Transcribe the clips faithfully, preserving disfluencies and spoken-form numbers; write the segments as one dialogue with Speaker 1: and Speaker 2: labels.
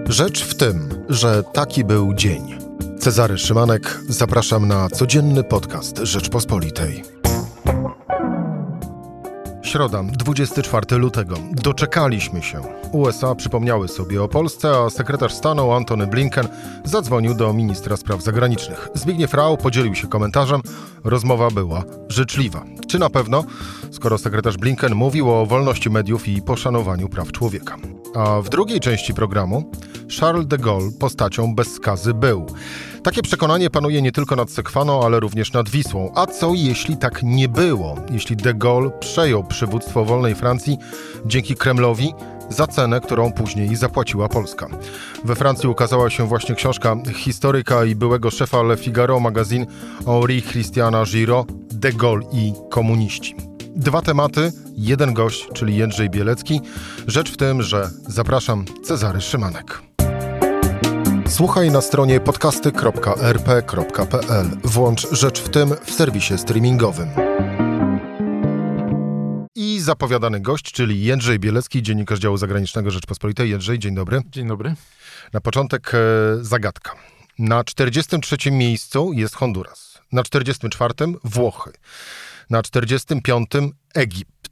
Speaker 1: Rzecz w tym, że taki był dzień. Cezary Szymanek, zapraszam na codzienny podcast Rzeczpospolitej. Środa, dwudziestego czwartego lutego. Doczekaliśmy się. U S A przypomniały sobie o Polsce, a sekretarz stanu Antony Blinken zadzwonił do ministra spraw zagranicznych. Zbigniew Rau podzielił się komentarzem. Rozmowa była życzliwa. Czy na pewno, skoro sekretarz Blinken mówił o wolności mediów i poszanowaniu praw człowieka. A w drugiej części programu Charles de Gaulle postacią bez skazy był. Takie przekonanie panuje nie tylko nad Sekwaną, ale również nad Wisłą. A co jeśli tak nie było? Jeśli de Gaulle przejął przywództwo wolnej Francji dzięki Kremlowi za cenę, którą później zapłaciła Polska. We Francji ukazała się właśnie książka historyka i byłego szefa Le Figaro magazine Henri Christiana Giraud, De Gaulle i komuniści. Dwa tematy, jeden gość, czyli Jędrzej Bielecki. Rzecz w tym, że zapraszam, Cezary Szymanek. Słuchaj na stronie podcasty kropka er pe kropka pe el. Włącz Rzecz w tym w serwisie streamingowym. I zapowiadany gość, czyli Jędrzej Bielecki, dziennikarz działu zagranicznego Rzeczpospolitej. Jędrzej, dzień dobry.
Speaker 2: Dzień dobry.
Speaker 1: Na początek e, zagadka. Na czterdziestym trzecim miejscu jest Honduras. Na czterdziestym czwartym Włochy. Na czterdziestym piątym Egipt.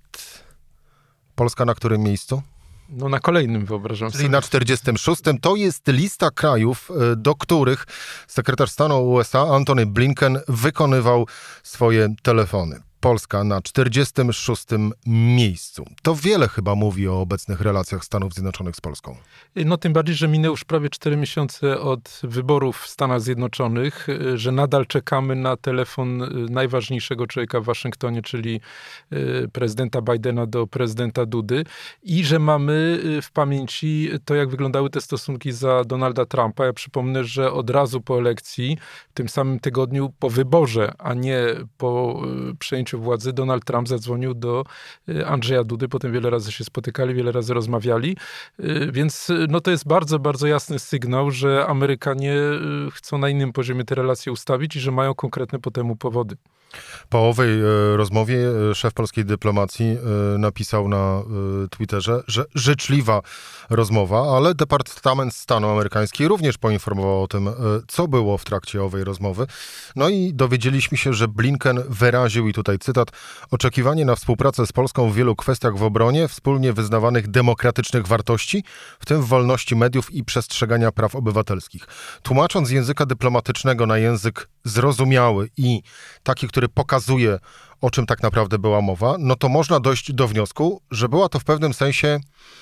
Speaker 1: Polska na którym miejscu?
Speaker 2: No na kolejnym, wyobrażam
Speaker 1: Czyli
Speaker 2: sobie.
Speaker 1: na czterdziestym szóstym. To jest lista krajów, do których sekretarz stanu U S A Antony Blinken wykonywał swoje telefony. Polska na czterdziestym szóstym miejscu. To wiele chyba mówi o obecnych relacjach Stanów Zjednoczonych z Polską.
Speaker 2: No tym bardziej, że minęły już prawie cztery miesiące od wyborów w Stanach Zjednoczonych, że nadal czekamy na telefon najważniejszego człowieka w Waszyngtonie, czyli prezydenta Bidena do prezydenta Dudy i że mamy w pamięci to, jak wyglądały te stosunki za Donalda Trumpa. Ja przypomnę, że od razu po elekcji, w tym samym tygodniu po wyborze, a nie po przejęciu władzy, Donald Trump zadzwonił do Andrzeja Dudy, potem wiele razy się spotykali, wiele razy rozmawiali, więc no to jest bardzo, bardzo jasny sygnał, że Amerykanie chcą na innym poziomie te relacje ustawić i że mają konkretne po temu powody.
Speaker 1: Po owej e, rozmowie szef polskiej dyplomacji e, napisał na e, Twitterze, że życzliwa rozmowa, ale Departament Stanu amerykański również poinformował o tym, e, co było w trakcie owej rozmowy. No i dowiedzieliśmy się, że Blinken wyraził, i tutaj cytat, oczekiwanie na współpracę z Polską w wielu kwestiach w obronie wspólnie wyznawanych demokratycznych wartości, w tym wolności mediów i przestrzegania praw obywatelskich. Tłumacząc z języka dyplomatycznego na język zrozumiały i taki, który pokazuje, o czym tak naprawdę była mowa, no to można dojść do wniosku, że była to w pewnym sensie,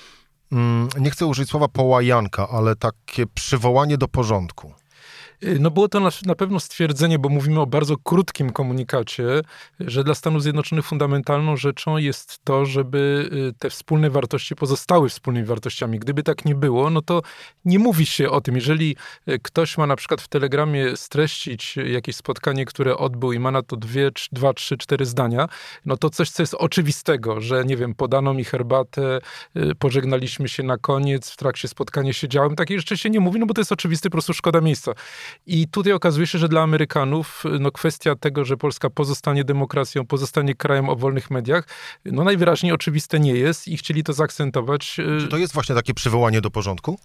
Speaker 1: mm, nie chcę użyć słowa połajanka, ale takie przywołanie do porządku.
Speaker 2: No było to na, na pewno stwierdzenie, bo mówimy o bardzo krótkim komunikacie, że dla Stanów Zjednoczonych fundamentalną rzeczą jest to, żeby te wspólne wartości pozostały wspólnymi wartościami. Gdyby tak nie było, no to nie mówi się o tym. Jeżeli ktoś ma na przykład w telegramie streścić jakieś spotkanie, które odbył i ma na to dwie, dwa, trzy, cztery zdania, no to coś, co jest oczywistego, że nie wiem, podano mi herbatę, pożegnaliśmy się na koniec, w trakcie spotkania siedziałem. Takiej rzeczy się nie mówi, no bo to jest oczywiste, po prostu szkoda miejsca. I tutaj okazuje się, że dla Amerykanów no kwestia tego, że Polska pozostanie demokracją, pozostanie krajem o wolnych mediach, no najwyraźniej oczywiste nie jest i chcieli to zaakcentować.
Speaker 1: Czy to jest właśnie takie przywołanie do porządku?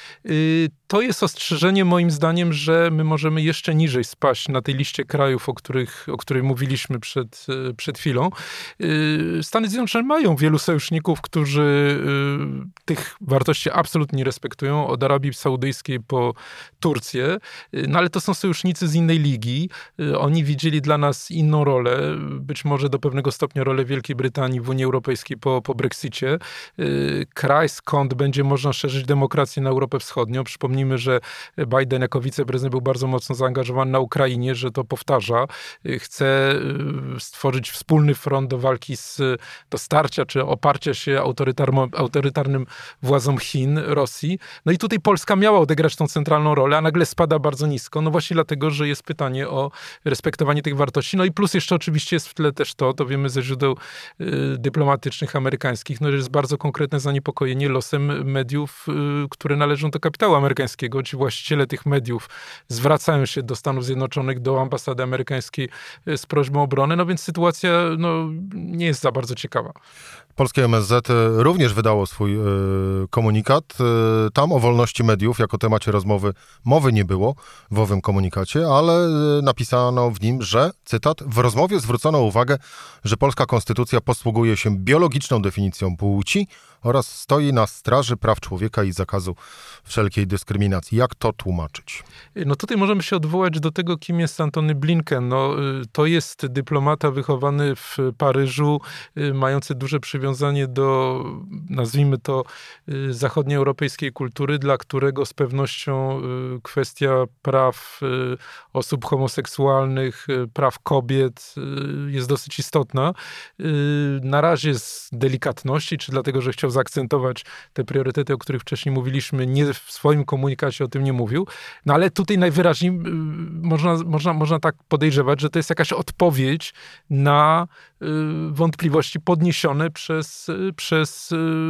Speaker 2: To jest ostrzeżenie moim zdaniem, że my możemy jeszcze niżej spaść na tej liście krajów, o których, o której mówiliśmy przed, przed chwilą. Stany Zjednoczone mają wielu sojuszników, którzy tych wartości absolutnie nie respektują, od Arabii Saudyjskiej po Turcję, no ale to są sojusznicy z innej ligi. Oni widzieli dla nas inną rolę, być może do pewnego stopnia rolę Wielkiej Brytanii w Unii Europejskiej po, po Brexicie. Kraj, skąd będzie można szerzyć demokrację na Europę Wschodnią. Przypomnijmy, że Biden jako wiceprezydent był bardzo mocno zaangażowany na Ukrainie, że to powtarza. Chce stworzyć wspólny front do walki z, do starcia czy oparcia się autorytarnym władzom Chin, Rosji. No i tutaj Polska miała odegrać tą centralną rolę, a nagle spada bardzo nisko. No właśnie dlatego, że jest pytanie o respektowanie tych wartości. No i plus jeszcze oczywiście jest w tle też to, to wiemy ze źródeł y, dyplomatycznych amerykańskich, no, że jest bardzo konkretne zaniepokojenie losem mediów, y, które należą do kapitału amerykańskiego. Ci właściciele tych mediów zwracają się do Stanów Zjednoczonych, do ambasady amerykańskiej z prośbą o obronę, no więc sytuacja no, nie jest za bardzo ciekawa.
Speaker 1: Polskie M S Z również wydało swój y, komunikat. Y, tam o wolności mediów jako temacie rozmowy mowy nie było w owym komunikacie, ale y, napisano w nim, że, cytat, w rozmowie zwrócono uwagę, że polska konstytucja posługuje się biologiczną definicją płci oraz stoi na straży praw człowieka i zakazu wszelkiej dyskryminacji. Jak to tłumaczyć?
Speaker 2: No tutaj możemy się odwołać do tego, kim jest Antony Blinken. No, to jest dyplomata wychowany w Paryżu, mający duże przywiązanie do, nazwijmy to, zachodnioeuropejskiej kultury, dla którego z pewnością kwestia praw osób homoseksualnych, praw kobiet jest dosyć istotna. Na razie z delikatności, czy dlatego, że chciał zaakcentować te priorytety, o których wcześniej mówiliśmy, nie w swoim komunikacie o tym nie mówił. No ale tutaj najwyraźniej można, można, można tak podejrzewać, że to jest jakaś odpowiedź na wątpliwości podniesione przez, przez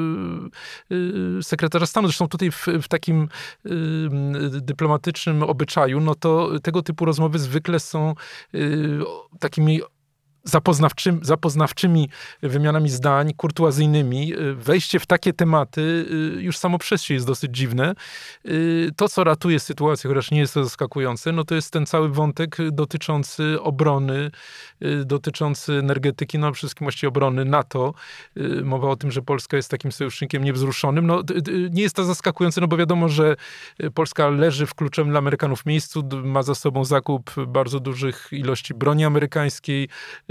Speaker 2: sekretarza stanu. Zresztą tutaj w, w takim dyplomatycznym obyczaju, no to tego typu rozmowy zwykle są takimi Zapoznawczym, zapoznawczymi wymianami zdań, kurtuazyjnymi. Wejście w takie tematy już samo przez się jest dosyć dziwne. To, co ratuje sytuację, chociaż nie jest to zaskakujące, no to jest ten cały wątek dotyczący obrony, dotyczący energetyki, no przede wszystkim właściwie obrony NATO. Mowa o tym, że Polska jest takim sojusznikiem niewzruszonym. No, nie jest to zaskakujące, no bo wiadomo, że Polska leży w kluczowym dla Amerykanów miejscu, ma za sobą zakup bardzo dużych ilości broni amerykańskiej,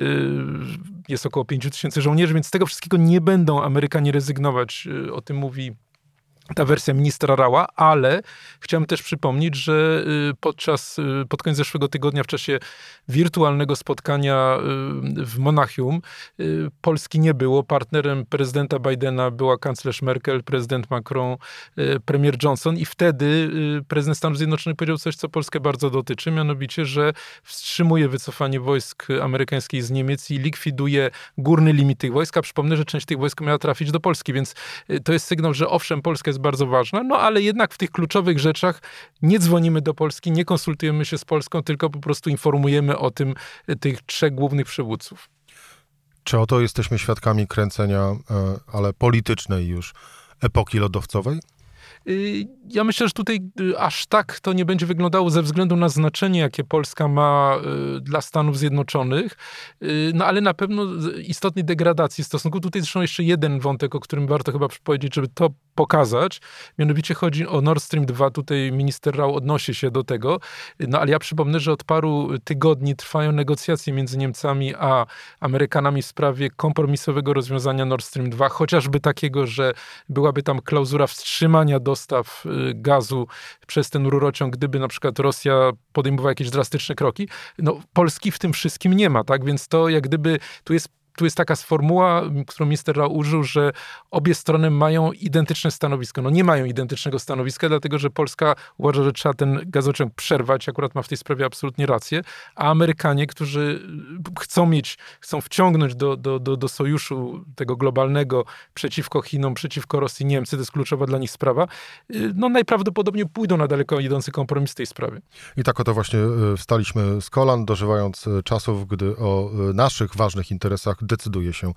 Speaker 2: jest około pięć tysięcy żołnierzy, więc z tego wszystkiego nie będą Amerykanie rezygnować. O tym mówi ta wersja ministra Raua, ale chciałem też przypomnieć, że podczas, pod koniec zeszłego tygodnia w czasie wirtualnego spotkania w Monachium Polski nie było. Partnerem prezydenta Bidena była kanclerz Merkel, prezydent Macron, premier Johnson i wtedy prezydent Stanów Zjednoczonych powiedział coś, co Polskę bardzo dotyczy, mianowicie, że wstrzymuje wycofanie wojsk amerykańskich z Niemiec i likwiduje górny limit tych wojsk, a przypomnę, że część tych wojsk miała trafić do Polski, więc to jest sygnał, że owszem, Polska jest bardzo ważna, no ale jednak w tych kluczowych rzeczach nie dzwonimy do Polski, nie konsultujemy się z Polską, tylko po prostu informujemy o tym tych trzech głównych przywódców.
Speaker 1: Czy oto jesteśmy świadkami kręcenia, ale politycznej już, epoki lodowcowej?
Speaker 2: Ja myślę, że tutaj aż tak to nie będzie wyglądało ze względu na znaczenie, jakie Polska ma dla Stanów Zjednoczonych, no ale na pewno istotnej degradacji stosunku. Tutaj zresztą jeszcze jeden wątek, o którym warto chyba powiedzieć, żeby to pokazać. Mianowicie chodzi o Nord Stream dwa. Tutaj minister Rau odnosi się do tego. No ale ja przypomnę, że od paru tygodni trwają negocjacje między Niemcami a Amerykanami w sprawie kompromisowego rozwiązania Nord Stream dwa. Chociażby takiego, że byłaby tam klauzula wstrzymania dostaw gazu przez ten rurociąg, gdyby na przykład Rosja podejmowała jakieś drastyczne kroki. No Polski w tym wszystkim nie ma, tak? Więc to jak gdyby tu jest Tu jest taka sformuła, którą minister Rau użył, że obie strony mają identyczne stanowisko. No nie mają identycznego stanowiska, dlatego że Polska uważa, że trzeba ten gazociąg przerwać, akurat ma w tej sprawie absolutnie rację, a Amerykanie, którzy chcą mieć, chcą wciągnąć do, do, do, do sojuszu tego globalnego przeciwko Chinom, przeciwko Rosji, Niemcy, to jest kluczowa dla nich sprawa, no najprawdopodobniej pójdą na daleko idący kompromis w tej sprawie.
Speaker 1: I tak oto właśnie wstaliśmy z kolan, dożywając czasów, gdy o naszych ważnych interesach decyduje się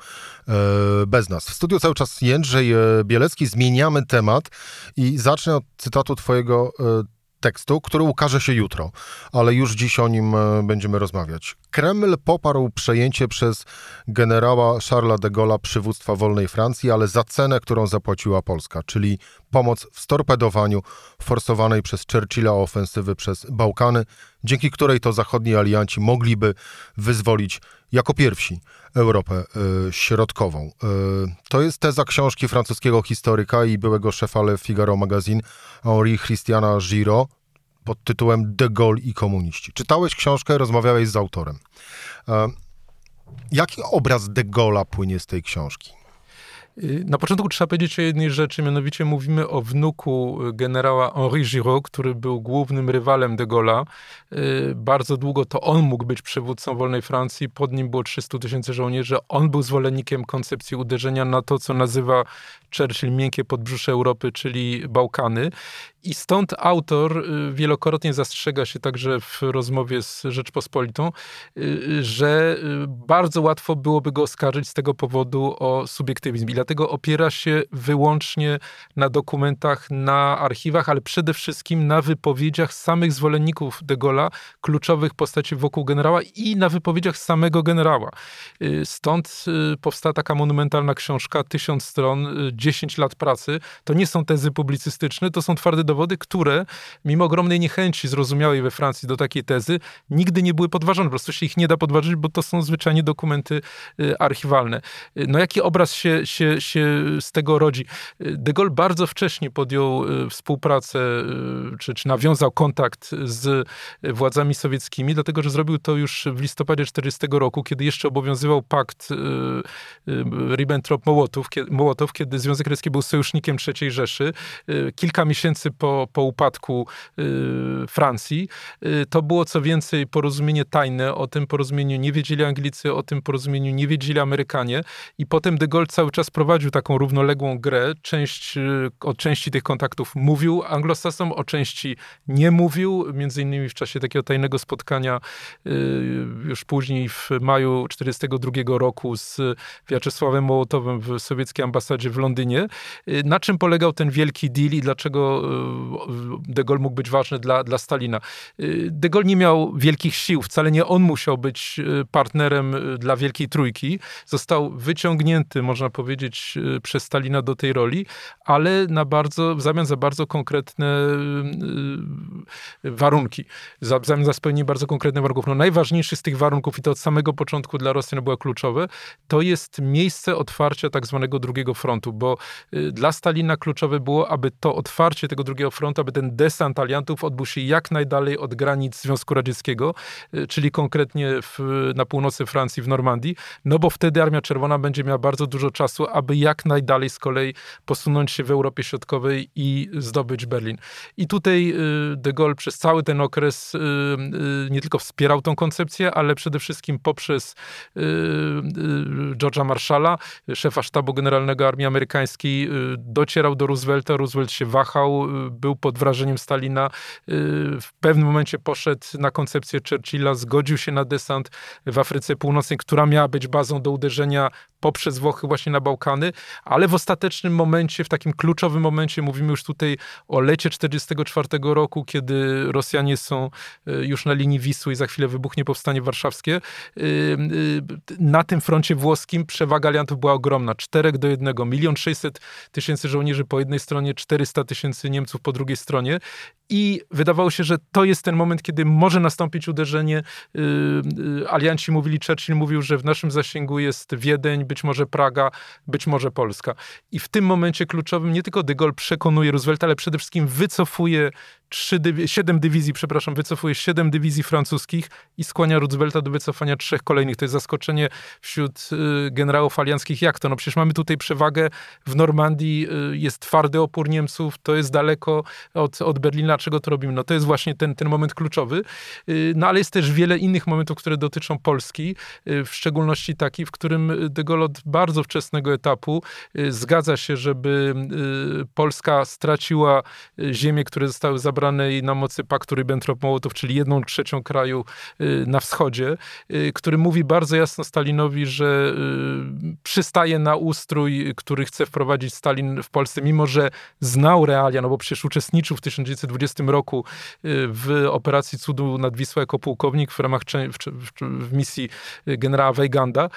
Speaker 1: bez nas. W studiu cały czas Jędrzej Bielecki. Zmieniamy temat i zacznę od cytatu twojego tekstu, który ukaże się jutro, ale już dziś o nim będziemy rozmawiać. Kreml poparł przejęcie przez generała Charlesa de Gaulle'a przywództwa wolnej Francji, ale za cenę, którą zapłaciła Polska, czyli pomoc w storpedowaniu forsowanej przez Churchilla ofensywy przez Bałkany, dzięki której to zachodni alianci mogliby wyzwolić jako pierwsi Europę y, Środkową. Y, to jest teza książki francuskiego historyka i byłego szefa Le Figaro Magazine Henri Christiana Giraud pod tytułem De Gaulle i komuniści. Czytałeś książkę, rozmawiałeś z autorem. Y, jaki obraz De Gaulle'a płynie z tej książki?
Speaker 2: Na początku trzeba powiedzieć o jednej rzeczy, mianowicie mówimy o wnuku generała Henri Giraud, który był głównym rywalem de Gaulle'a. Bardzo długo to on mógł być przywódcą wolnej Francji, pod nim było trzystu tysięcy żołnierzy. On był zwolennikiem koncepcji uderzenia na to, co nazywa Churchill miękkie podbrzusze Europy, czyli Bałkany. I stąd autor wielokrotnie zastrzega się także w rozmowie z Rzeczpospolitą, że bardzo łatwo byłoby go oskarżyć z tego powodu o subiektywizm. I dlatego opiera się wyłącznie na dokumentach, na archiwach, ale przede wszystkim na wypowiedziach samych zwolenników de Gaulle'a, kluczowych postaci wokół generała i na wypowiedziach samego generała. Stąd powstała taka monumentalna książka, tysiąc stron, dziesięć lat pracy. To nie są tezy publicystyczne, to są twarde dowody, które mimo ogromnej niechęci zrozumiałej we Francji do takiej tezy, nigdy nie były podważone. Po prostu się ich nie da podważyć, bo to są zwyczajnie dokumenty archiwalne. No jaki obraz się, się, się z tego rodzi? De Gaulle bardzo wcześnie podjął współpracę, czy, czy nawiązał kontakt z władzami sowieckimi, dlatego, że zrobił to już w listopadzie czterdziestego roku, kiedy jeszcze obowiązywał pakt Ribbentrop-Mołotow, kiedy Związek Radziecki był sojusznikiem trzeciej Rzeszy. Kilka miesięcy po, po upadku Francji. To było co więcej porozumienie tajne. O tym porozumieniu nie wiedzieli Anglicy, o tym porozumieniu nie wiedzieli Amerykanie. I potem de Gaulle cały czas prowadził taką równoległą grę. Część, o części tych kontaktów mówił anglosasom, o części nie mówił. Między innymi w czasie takiego tajnego spotkania już później w maju czterdziestego drugiego roku z Wiaczesławem Mołotowem w sowieckiej ambasadzie w Londynie. Na czym polegał ten wielki deal i dlaczego de Gaulle mógł być ważny dla, dla Stalina? De Gaulle nie miał wielkich sił. Wcale nie on musiał być partnerem dla Wielkiej Trójki. Został wyciągnięty, można powiedzieć, przez Stalina do tej roli, ale na bardzo, w zamian za bardzo konkretne warunki. W zamian za spełnienie bardzo konkretnych warunków. No, najważniejszy z tych warunków, i to od samego początku dla Rosjan było kluczowe, to jest miejsce otwarcia tak zwanego drugiego frontu, bo dla Stalina kluczowe było, aby to otwarcie tego drugiego frontu, aby ten desant aliantów odbył się jak najdalej od granic Związku Radzieckiego, czyli konkretnie w, na północy Francji, w Normandii, no bo wtedy Armia Czerwona będzie miała bardzo dużo czasu, aby jak najdalej z kolei posunąć się w Europie Środkowej i zdobyć Berlin. I tutaj de Gaulle przez cały ten okres nie tylko wspierał tą koncepcję, ale przede wszystkim poprzez George'a Marshalla, szefa sztabu generalnego Armii Amerykańskiej, docierał do Roosevelta. Roosevelt się wahał, był pod wrażeniem Stalina. W pewnym momencie poszedł na koncepcję Churchilla, zgodził się na desant w Afryce Północnej, która miała być bazą do uderzenia poprzez Włochy właśnie na Bałkany, ale w ostatecznym momencie, w takim kluczowym momencie, mówimy już tutaj o lecie czterdziestego czwartego roku, kiedy Rosjanie są już na linii Wisły i za chwilę wybuchnie powstanie warszawskie. Na tym froncie włoskim przewaga aliantów była ogromna. Czterech do jednego. Milion sześćset tysięcy żołnierzy po jednej stronie, czterysta tysięcy Niemców po drugiej stronie. I wydawało się, że to jest ten moment, kiedy może nastąpić uderzenie. Alianci mówili, Churchill mówił, że w naszym zasięgu jest Wiedeń, być może Praga, być może Polska. I w tym momencie kluczowym nie tylko de Gaulle przekonuje Roosevelta, ale przede wszystkim wycofuje trzy, siedem dywizji, przepraszam, wycofuje siedem dywizji francuskich i skłania Roosevelta do wycofania trzech kolejnych. To jest zaskoczenie wśród generałów alianckich. Jak to? No przecież mamy tutaj przewagę w Normandii, jest twardy opór Niemców, to jest daleko od, od Berlina. Czego to robimy? No to jest właśnie ten, ten moment kluczowy. No ale jest też wiele innych momentów, które dotyczą Polski, w szczególności taki, w którym de Gaulle od bardzo wczesnego etapu zgadza się, żeby Polska straciła ziemie, które zostały zabrane jej na mocy paktu Ribbentrop-Mołotow, czyli jedną trzecią kraju na wschodzie, który mówi bardzo jasno Stalinowi, że przystaje na ustrój, który chce wprowadzić Stalin w Polsce, mimo że znał realia, no bo przecież uczestniczył w tysiąc dziewięćset dwudziestym roku w operacji Cudu nad Wisłą jako pułkownik w ramach w, w misji generała Weyganda.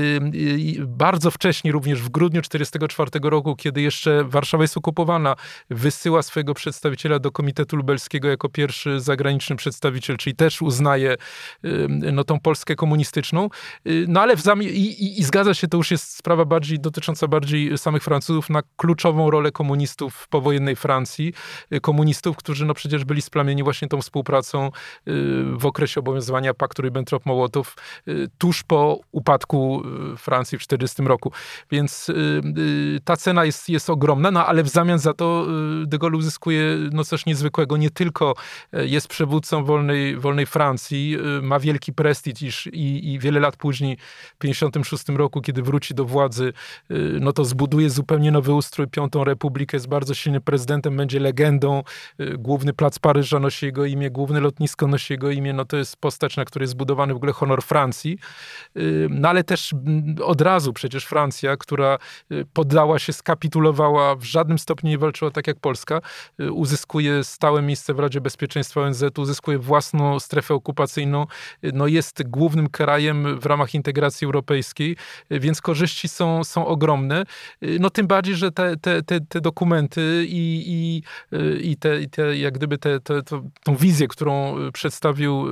Speaker 2: Bardzo wcześnie, również w grudniu czterdziestego czwartego roku, kiedy jeszcze Warszawa jest okupowana, wysyła swojego przedstawiciela do Komitetu portu lubelskiego jako pierwszy zagraniczny przedstawiciel, czyli też uznaje no, tą Polskę komunistyczną. No ale w zami- i, i, i zgadza się, to już jest sprawa bardziej dotycząca bardziej samych Francuzów, na kluczową rolę komunistów w powojennej Francji. Komunistów, którzy no przecież byli splamieni właśnie tą współpracą w okresie obowiązywania paktu Ribbentrop-Mołotow tuż po upadku Francji w czterdziestym roku. Więc ta cena jest, jest ogromna, no ale w zamian za to de Gaulle uzyskuje no coś niezwykłego. Nie tylko jest przywódcą wolnej, wolnej Francji, ma wielki prestiż i, i wiele lat później, w pięćdziesiątym szóstym roku, kiedy wróci do władzy, no to zbuduje zupełnie nowy ustrój, Piątą Republikę, jest bardzo silnym prezydentem, będzie legendą. Główny plac Paryża nosi jego imię, główne lotnisko nosi jego imię. No to jest postać, na której jest zbudowany w ogóle honor Francji. No ale też od razu przecież Francja, która poddała się, skapitulowała, w żadnym stopniu nie walczyła tak jak Polska, uzyskuje stałe miejsce w Radzie Bezpieczeństwa O N Z, uzyskuje własną strefę okupacyjną, no jest głównym krajem w ramach integracji europejskiej, więc korzyści są, są ogromne. No tym bardziej, że te, te, te, te dokumenty i, i, i te, te, jak gdyby te, te, te, tą wizję, którą przedstawił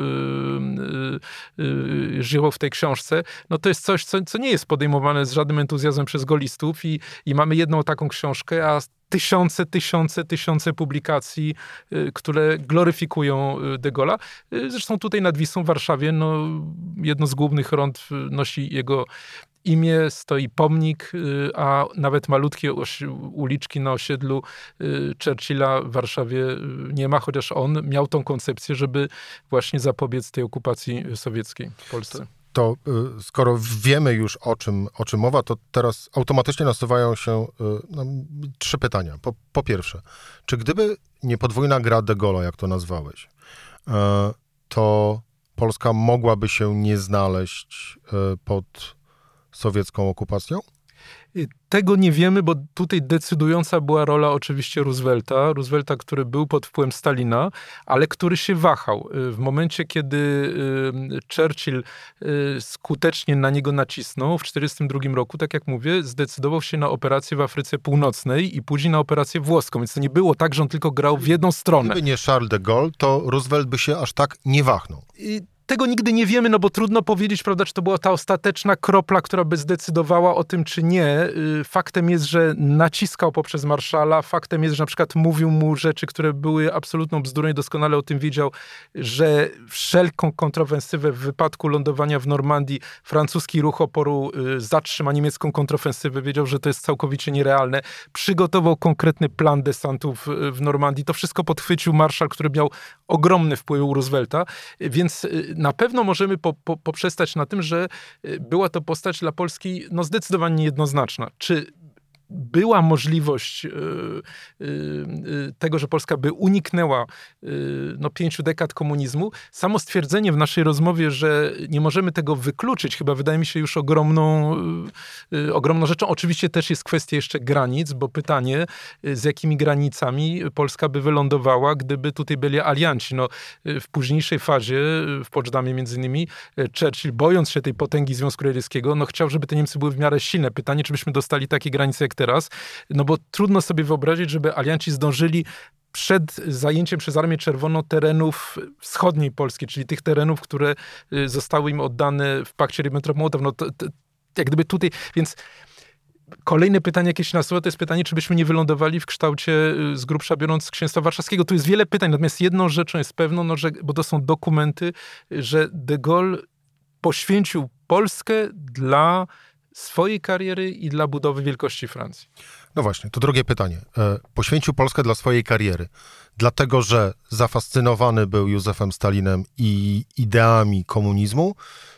Speaker 2: Giraud w tej książce, no to jest coś, co, co nie jest podejmowane z żadnym entuzjazmem przez golistów i, i mamy jedną taką książkę, a tysiące, tysiące, tysiące publikacji, które gloryfikują de Gaulle'a. Zresztą tutaj nad Wisłą w Warszawie no, jedno z głównych rond nosi jego imię, stoi pomnik, a nawet malutkie uliczki na osiedlu Churchilla w Warszawie nie ma, chociaż on miał tą koncepcję, żeby właśnie zapobiec tej okupacji sowieckiej w Polsce.
Speaker 1: To skoro wiemy już o czym, o czym mowa, to teraz automatycznie nasuwają się no, trzy pytania. Po, po pierwsze, czy gdyby nie podwójna gra de Gaulle'a, jak to nazwałeś, to Polska mogłaby się nie znaleźć pod sowiecką okupacją?
Speaker 2: Tego nie wiemy, bo tutaj decydująca była rola oczywiście Roosevelta. Roosevelta, który był pod wpływem Stalina, ale który się wahał. W momencie, kiedy Churchill skutecznie na niego nacisnął w tysiąc dziewięćset czterdziestym drugim roku, tak jak mówię, zdecydował się na operację w Afryce Północnej i później na operację włoską. Więc to nie było tak, że on tylko grał w jedną stronę.
Speaker 1: Gdyby nie Charles de Gaulle, to Roosevelt by się aż tak nie wahał.
Speaker 2: I tego nigdy nie wiemy, no bo trudno powiedzieć, prawda, czy to była ta ostateczna kropla, która by zdecydowała o tym, czy nie. Faktem jest, że naciskał poprzez marszala. Faktem jest, że na przykład mówił mu rzeczy, które były absolutną bzdurą i doskonale o tym wiedział, że wszelką kontrofensywę w wypadku lądowania w Normandii francuski ruch oporu zatrzyma niemiecką kontrofensywę. Wiedział, że to jest całkowicie nierealne. Przygotował konkretny plan desantów w Normandii. To wszystko podchwycił marszał, który miał ogromny wpływ u Roosevelta, więc na pewno możemy po, po, poprzestać na tym, że była to postać dla Polski no zdecydowanie niejednoznaczna. Czy była możliwość y, y, y, tego, że Polska by uniknęła y, no, pięciu dekad komunizmu. Samo stwierdzenie w naszej rozmowie, że nie możemy tego wykluczyć, chyba wydaje mi się już ogromną, y, y, ogromną rzeczą. Oczywiście też jest kwestia jeszcze granic, bo pytanie, y, z jakimi granicami Polska by wylądowała, gdyby tutaj byli alianci. No, y, w późniejszej fazie, y, w Poczdamie między innymi, y, Churchill, bojąc się tej potęgi Związku Radzieckiego, no, chciał, żeby te Niemcy były w miarę silne. Pytanie, czy byśmy dostali takie granice jak teraz, no bo trudno sobie wyobrazić, żeby alianci zdążyli przed zajęciem przez Armię Czerwoną terenów wschodniej Polski, czyli tych terenów, które zostały im oddane w pakcie Ribbentrop-Mołotow. No to, to, jak gdyby tutaj, więc kolejne pytanie, jakie się nasuwa, to jest pytanie, czy byśmy nie wylądowali w kształcie, z grubsza biorąc, Księstwa Warszawskiego. Tu jest wiele pytań, natomiast jedną rzeczą jest pewną, no, że, bo to są dokumenty, że de Gaulle poświęcił Polskę dla swojej kariery i dla budowy wielkości Francji.
Speaker 1: No właśnie, to drugie pytanie. Poświęcił Polskę dla swojej kariery, dlatego że zafascynowany był Józefem Stalinem i ideami komunizmu,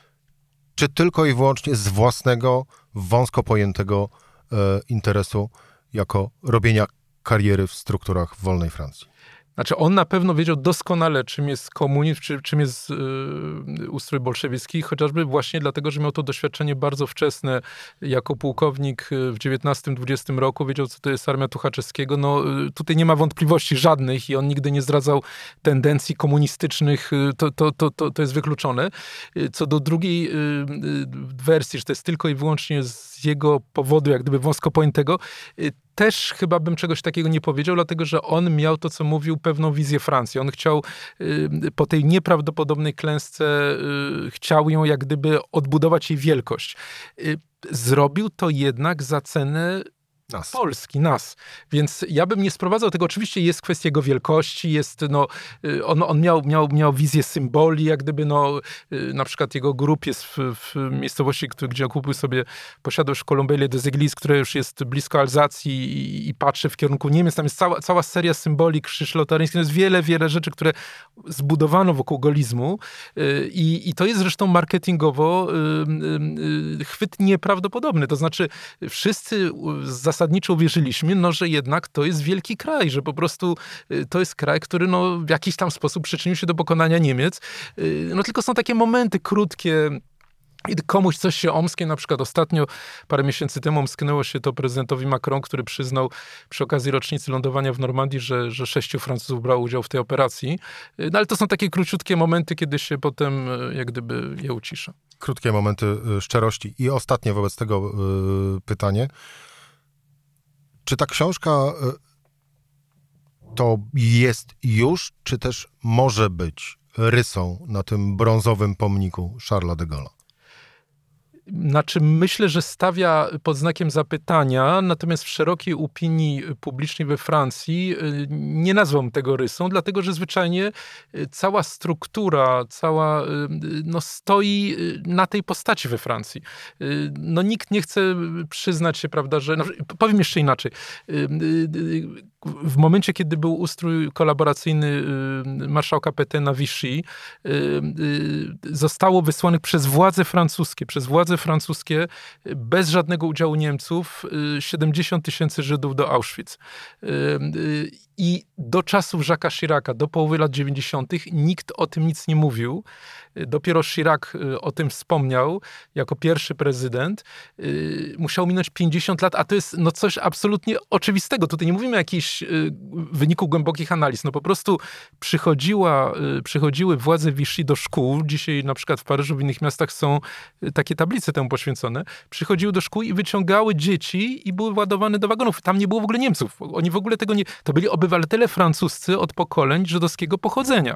Speaker 1: czy tylko i wyłącznie z własnego, wąsko pojętego interesu jako robienia kariery w strukturach wolnej Francji?
Speaker 2: Znaczy on na pewno wiedział doskonale, czym jest komunizm, czy, czym jest yy, ustrój bolszewicki, chociażby właśnie dlatego, że miał to doświadczenie bardzo wczesne jako pułkownik w dziewiętnastym dwudziestym roku, wiedział, co to jest armia Tuchaczewskiego. No, tutaj nie ma wątpliwości żadnych i on nigdy nie zdradzał tendencji komunistycznych, to, to, to, to, to jest wykluczone. Co do drugiej yy, wersji, że to jest tylko i wyłącznie z jego powodu, jak gdyby wąsko pojętego, też chyba bym czegoś takiego nie powiedział, dlatego że on miał to, co mówił, pewną wizję Francji. On chciał po tej nieprawdopodobnej klęsce, chciał ją jak gdyby odbudować jej wielkość. Zrobił to jednak za cenę
Speaker 1: Nas.
Speaker 2: Polski, nas. Więc ja bym nie sprowadzał tego. Oczywiście jest kwestia jego wielkości, jest, no, on, on miał, miał, miał wizję symboli, jak gdyby, no, na przykład jego grób jest w, w miejscowości, gdzie kupił sobie posiadłość w Colombelle des Églises, która już jest blisko Alzacji i, i patrzy w kierunku Niemiec. Tam jest cała, cała seria symboli, krzyż lotaryński. To jest wiele, wiele rzeczy, które zbudowano wokół golizmu i, i to jest zresztą marketingowo chwyt nieprawdopodobny. To znaczy wszyscy z zasadniczo uwierzyliśmy, no, że jednak to jest wielki kraj, że po prostu to jest kraj, który no, w jakiś tam sposób przyczynił się do pokonania Niemiec. No tylko są takie momenty krótkie, i komuś coś się omsknie, na przykład ostatnio, parę miesięcy temu omsknęło się to prezydentowi Macron, który przyznał przy okazji rocznicy lądowania w Normandii, że, że sześciu Francuzów brało udział w tej operacji. No ale to są takie króciutkie momenty, kiedy się potem jak gdyby je ucisza.
Speaker 1: Krótkie momenty szczerości. I ostatnie wobec tego yy, pytanie. Czy ta książka to jest już, czy też może być rysą na tym brązowym pomniku Charlesa de Gaulle'a?
Speaker 2: Znaczy, myślę, że stawia pod znakiem zapytania, natomiast w szerokiej opinii publicznej we Francji nie nazwą tego rysą, dlatego że zwyczajnie cała struktura, cała, no, stoi na tej postaci we Francji. No, nikt nie chce przyznać się, prawda, że... No, powiem jeszcze inaczej. W momencie, kiedy był ustrój kolaboracyjny marszałka Pétain na Vichy, zostało wysłanych przez władze francuskie, przez władze francuskie bez żadnego udziału Niemców siedemdziesiąt tysięcy Żydów do Auschwitz. I do czasów Jacques'a Chiraca, do połowy lat dziewięćdziesiątych nikt o tym nic nie mówił. Dopiero Chirac o tym wspomniał jako pierwszy prezydent. Musiał minąć pięćdziesiąt lat, a to jest no coś absolutnie oczywistego. Tutaj nie mówimy o jakichś wyniku głębokich analiz. No po prostu przychodziła, przychodziły władze Vichy do szkół. Dzisiaj na przykład w Paryżu, w innych miastach są takie tablice temu poświęcone. Przychodziły do szkół i wyciągały dzieci i były ładowane do wagonów. Tam nie było w ogóle Niemców. Oni w ogóle tego nie... To byli obywatele francuscy od pokoleń żydowskiego pochodzenia.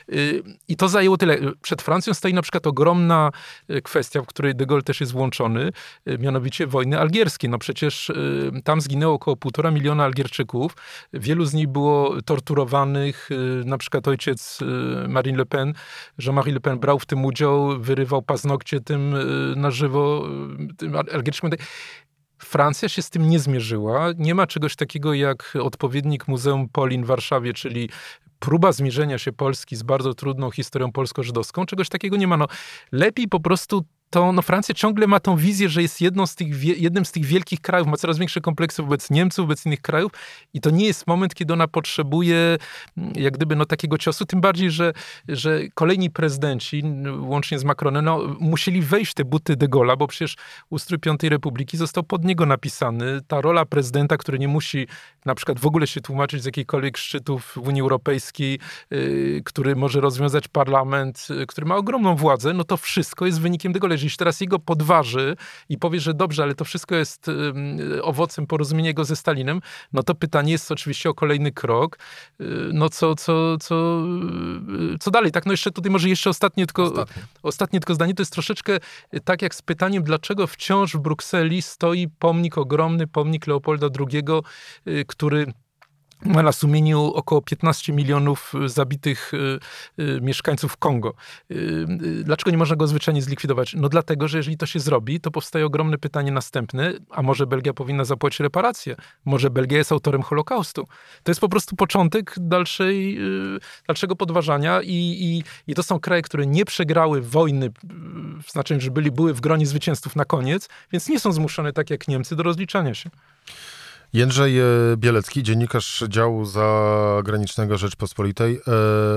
Speaker 2: I to zajęło tyle. Przed Francją stoi na przykład ogromna kwestia, w której de Gaulle też jest włączony, mianowicie wojny algierskiej. No przecież tam zginęło około półtora miliona Algierczyków. Wielu z nich było torturowanych. Na przykład ojciec Marine Le Pen, Jean-Marie Le Pen brał w tym udział, wyrywał paznokcie tym na żywo, tym Algierczykom. Francja się z tym nie zmierzyła. Nie ma czegoś takiego jak odpowiednik Muzeum Polin w Warszawie, czyli próba zmierzenia się Polski z bardzo trudną historią polsko-żydowską. Czegoś takiego nie ma. No, lepiej po prostu to, no Francja ciągle ma tą wizję, że jest jedną z tych, jednym z tych wielkich krajów, ma coraz większe kompleksy wobec Niemców, wobec innych krajów i to nie jest moment, kiedy ona potrzebuje jak gdyby no takiego ciosu, tym bardziej, że, że kolejni prezydenci, łącznie z Macronem, no, musieli wejść w te buty de Gaulle'a, bo przecież ustrój Piątej Republiki został pod niego napisany. Ta rola prezydenta, który nie musi na przykład w ogóle się tłumaczyć z jakichkolwiek szczytów w Unii Europejskiej, yy, który może rozwiązać parlament, yy, który ma ogromną władzę, no to wszystko jest wynikiem de Gaulle. Jeżeli teraz jego podważy i powie, że dobrze, ale to wszystko jest y, owocem porozumienia jego ze Stalinem, no to pytanie jest oczywiście o kolejny krok. Y, no co, co, co, y, co dalej? Tak, no jeszcze tutaj może jeszcze ostatnie tylko, ostatnie. ostatnie tylko zdanie. To jest troszeczkę tak jak z pytaniem, dlaczego wciąż w Brukseli stoi pomnik, ogromny pomnik Leopolda drugiego, y, który ma na sumieniu około piętnaście milionów zabitych y, y, mieszkańców Kongo. Y, y, dlaczego nie można go zwyczajnie zlikwidować? No dlatego, że jeżeli to się zrobi, to powstaje ogromne pytanie następne, a może Belgia powinna zapłacić reparacje? Może Belgia jest autorem Holokaustu? To jest po prostu początek dalszej, y, dalszego podważania i, i, i to są kraje, które nie przegrały wojny, w znaczeniu, że byli, były w gronie zwycięzców na koniec, więc nie są zmuszone tak jak Niemcy do rozliczania się.
Speaker 1: Jędrzej Bielecki, dziennikarz działu zagranicznego Rzeczpospolitej. E,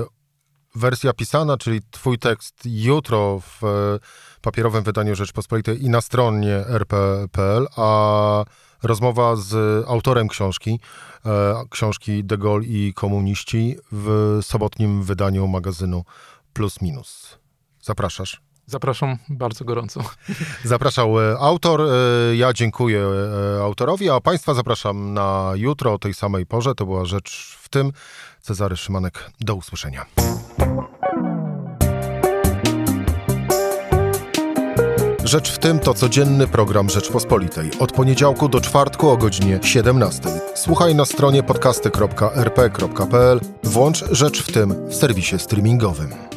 Speaker 1: wersja pisana, czyli twój tekst jutro w papierowym wydaniu Rzeczpospolitej i na stronie er pe kropka pe el, a rozmowa z autorem książki, e, książki De Gaulle i komuniści w sobotnim wydaniu magazynu Plus Minus. Zapraszasz?
Speaker 2: Zapraszam bardzo gorąco.
Speaker 1: Zapraszał autor, ja dziękuję autorowi, a Państwa zapraszam na jutro o tej samej porze. To była Rzecz w tym. Cezary Szymanek, do usłyszenia. Rzecz w tym to codzienny program Rzeczpospolitej. Od poniedziałku do czwartku o godzinie siedemnastej. Słuchaj na stronie podcasty kropka er pe kropka pe el. Włącz Rzecz w tym w serwisie streamingowym.